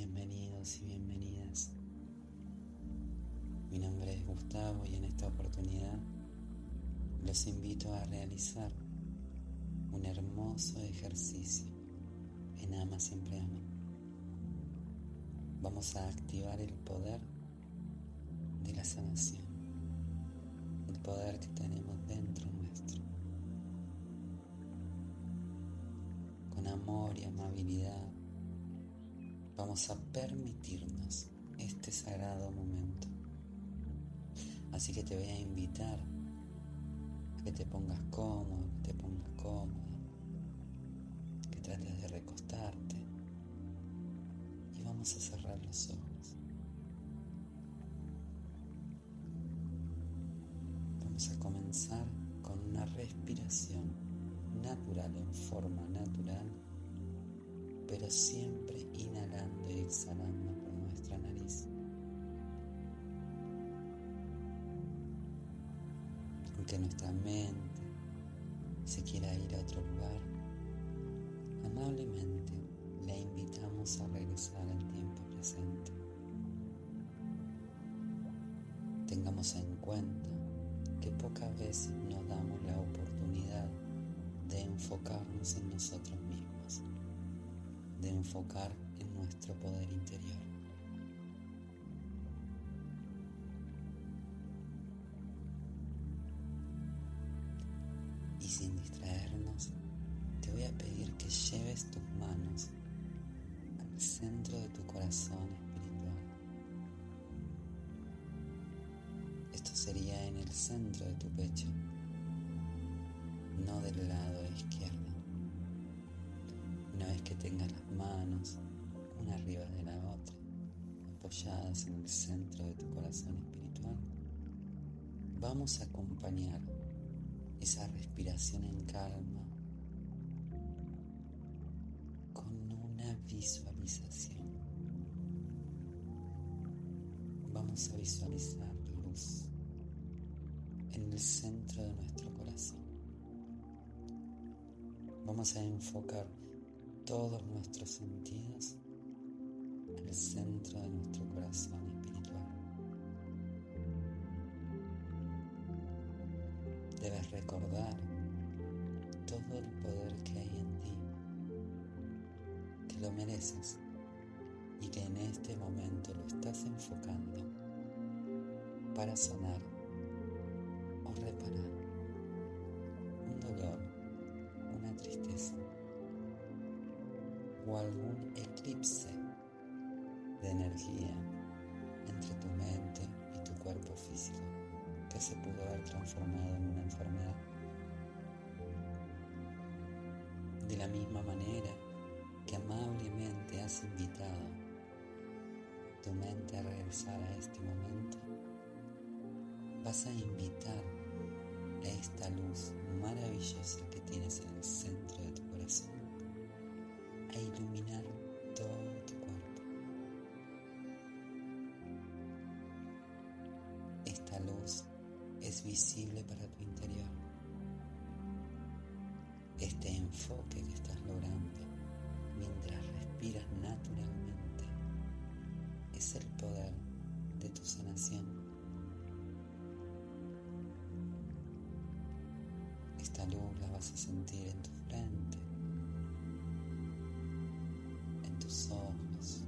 Bienvenidos y bienvenidas. Mi nombre es Gustavo y en esta oportunidad los invito a realizar un hermoso ejercicio en Ama Siempre Ama. Vamos a activar el poder de la sanación, el poder que tenemos dentro nuestro. Con amor y amabilidad vamos a permitirnos este sagrado momento. Así que te voy a invitar a que te pongas cómodo, que te pongas cómoda, que trates de recostarte y vamos a cerrar los ojos. Vamos a comenzar con una respiración natural, en forma natural, pero siempre inhalando y exhalando por nuestra nariz. Aunque nuestra mente se quiera ir a otro lugar, amablemente la invitamos a regresar al tiempo presente. Tengamos en cuenta que pocas veces nos damos la oportunidad de enfocarnos en nosotros mismos, de enfocar en nuestro poder interior. Y sin distraernos, te voy a pedir que lleves tus manos al centro de tu corazón espiritual. Esto sería en el centro de tu pecho, no del lado izquierdo. Una vez que tengas las manos una arriba de la otra, apoyadas en el centro de tu corazón espiritual, vamos a acompañar esa respiración en calma con una visualización. Vamos a visualizar luz en el centro de nuestro corazón. Vamos a enfocar todos nuestros sentidos al centro de nuestro corazón espiritual. Debes recordar todo el poder que hay en ti, que lo mereces y que en este momento lo estás enfocando para sanar o reparar un dolor, una tristeza o algún eclipse de energía entre tu mente y tu cuerpo físico que se pudo haber transformado en una enfermedad. De la misma manera que amablemente has invitado tu mente a regresar a este momento, vas a invitar a esta luz maravillosa que tienes en el centro de tu corazón a iluminar todo tu cuerpo. Esta luz es visible para tu interior. Este enfoque que estás logrando mientras respiras naturalmente es el poder de tu sanación. Esta luz la vas a sentir en tu frente, en tus ojos,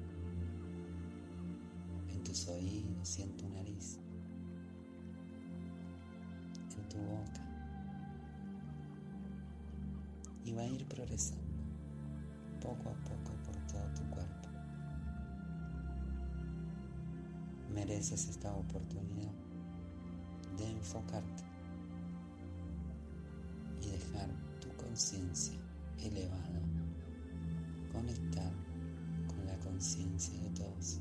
en tus oídos y en tu nariz, en tu boca, y va a ir progresando poco a poco por todo tu cuerpo. Mereces esta oportunidad de enfocarte y dejar tu conciencia elevada conectar con la conciencia de todos.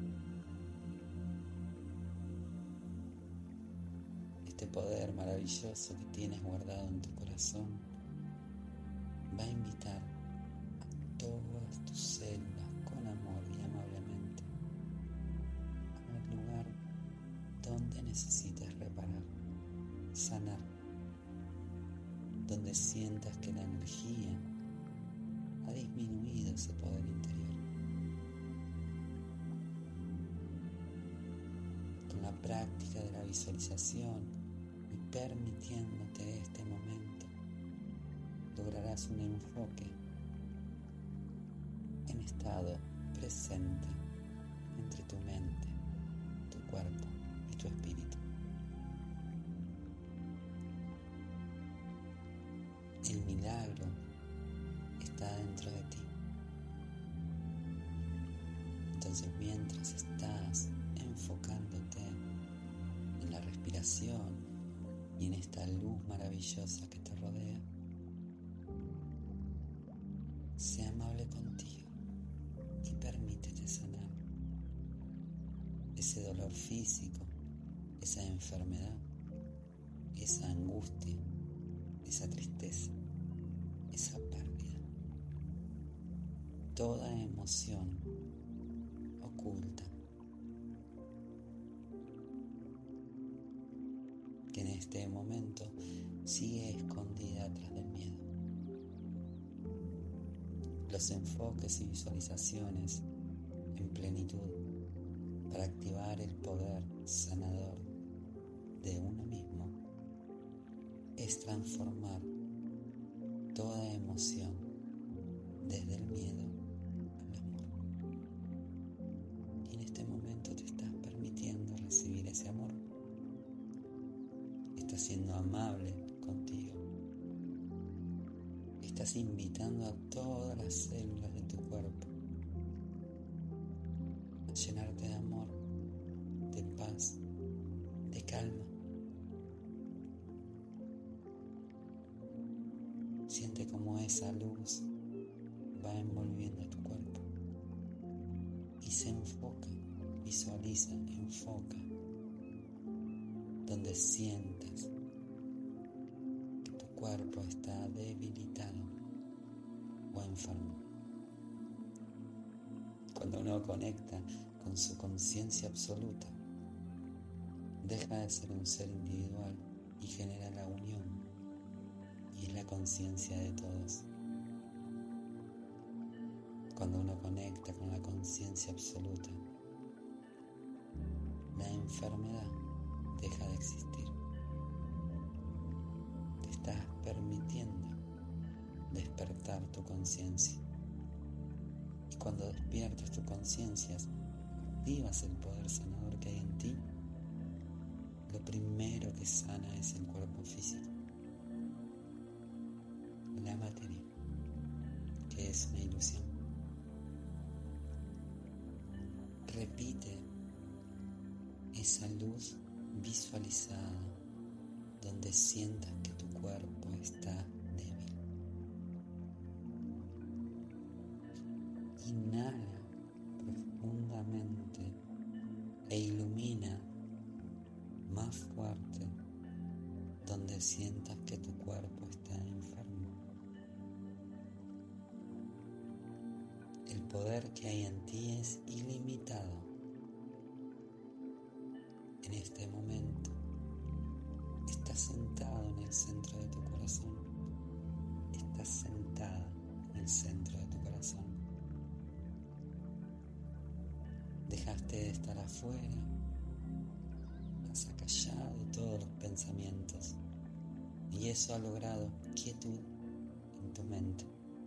Este poder maravilloso que tienes guardado en tu corazón va a invitar a todas tus células con amor y amablemente al lugar donde necesites reparar, sanar, donde sientas que la energía ha disminuido ese poder interior. con la práctica de la visualización y permitiéndote este momento, lograrás un enfoque en estado presente entre tu mente, tu cuerpo y tu espíritu. El milagro está dentro de ti. Entonces, mientras estás enfocándote en la respiración y en esta luz maravillosa que te rodea, sé amable contigo y permítete sanar ese dolor físico, esa enfermedad, esa angustia, esa tristeza, esa pérdida, toda emoción oculta que en este momento sigue escondida atrás del miedo. Los enfoques y visualizaciones en plenitud para activar el poder sanador de uno mismo es transformar toda emoción desde el miedo al amor. Y en este momento te estás permitiendo recibir ese amor. Estás siendo amable contigo. Estás invitando a todas las células de tu cuerpo a llenarte de amor, de paz, de calma. Siente cómo esa luz va envolviendo tu cuerpo y se enfoca, visualiza, enfoca donde sientes que tu cuerpo está debilitado o enfermo. Cuando uno conecta con su conciencia absoluta, deja de ser un ser individual y genera la unión, y es la conciencia de todos. Cuando uno conecta con la conciencia absoluta, la enfermedad deja de existir. Te estás permitiendo despertar tu conciencia. Y cuando despiertas tu conciencia, activas el poder sanador que hay en ti. Lo primero que sana es el cuerpo físico, la materia, que es una ilusión. Repite esa luz visualizada donde sientas que tu cuerpo está débil. Inhala profundamente e ilumina más fuerte donde sientas que tu cuerpo está enfermo. El poder que hay en ti es ilimitado. En este momento estás sentado en el centro de tu corazón. Estás sentada en el centro de tu corazón. Dejaste de estar afuera. Has acallado todos los pensamientos. Y eso ha logrado quietud en tu mente.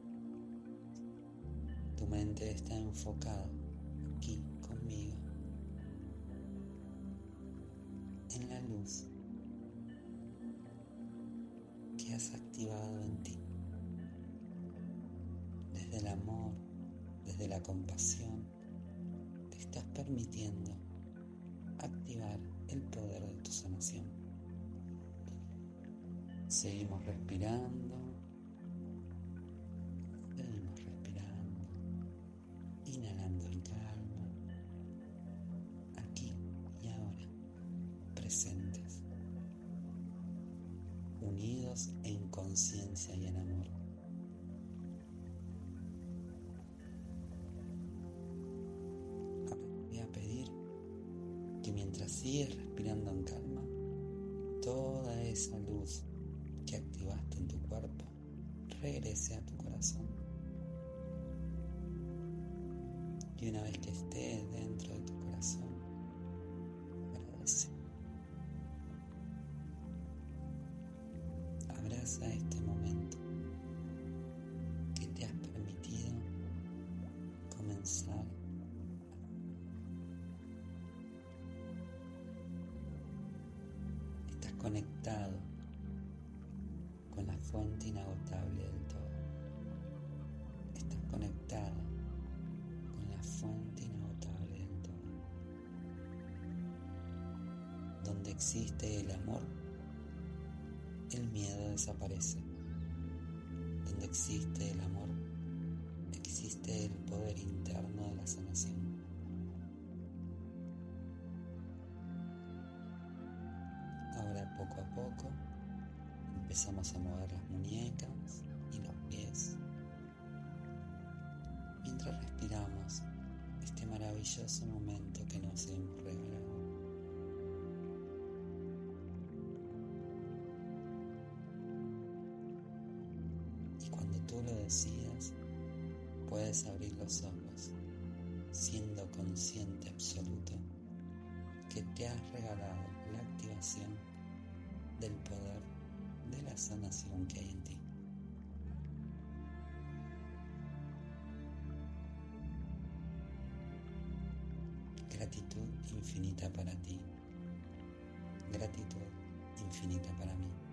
Tu mente está enfocada aquí conmigo en la luz que has activado en ti. Desde el amor, desde la compasión, te estás permitiendo activar el poder de tu sanación. Seguimos respirando. Inhalando en calma, aquí y ahora, presentes, unidos en conciencia y en amor. Ahora voy a pedir que mientras sigues respirando en calma, toda esa luz que activaste en tu cuerpo regrese a tu corazón. Y una vez que estés dentro de tu corazón, agradece comenzar estás conectado con la fuente inagotable del todo. Estás conectado con la fuente inagotable del todo. Donde existe el amor, el miedo desaparece. Donde existe el amor, existe el poder interno de la sanación. Ahora poco a poco empezamos a mover las muñecas y los pies mientras respiramos este maravilloso momento que nos hemos regalado. Y cuando tú lo decidas, puedes abrir los ojos, siendo consciente absoluto que te has regalado la activación del poder de la sanación que hay en ti. Gratitud infinita para ti. Gratitud infinita para mí.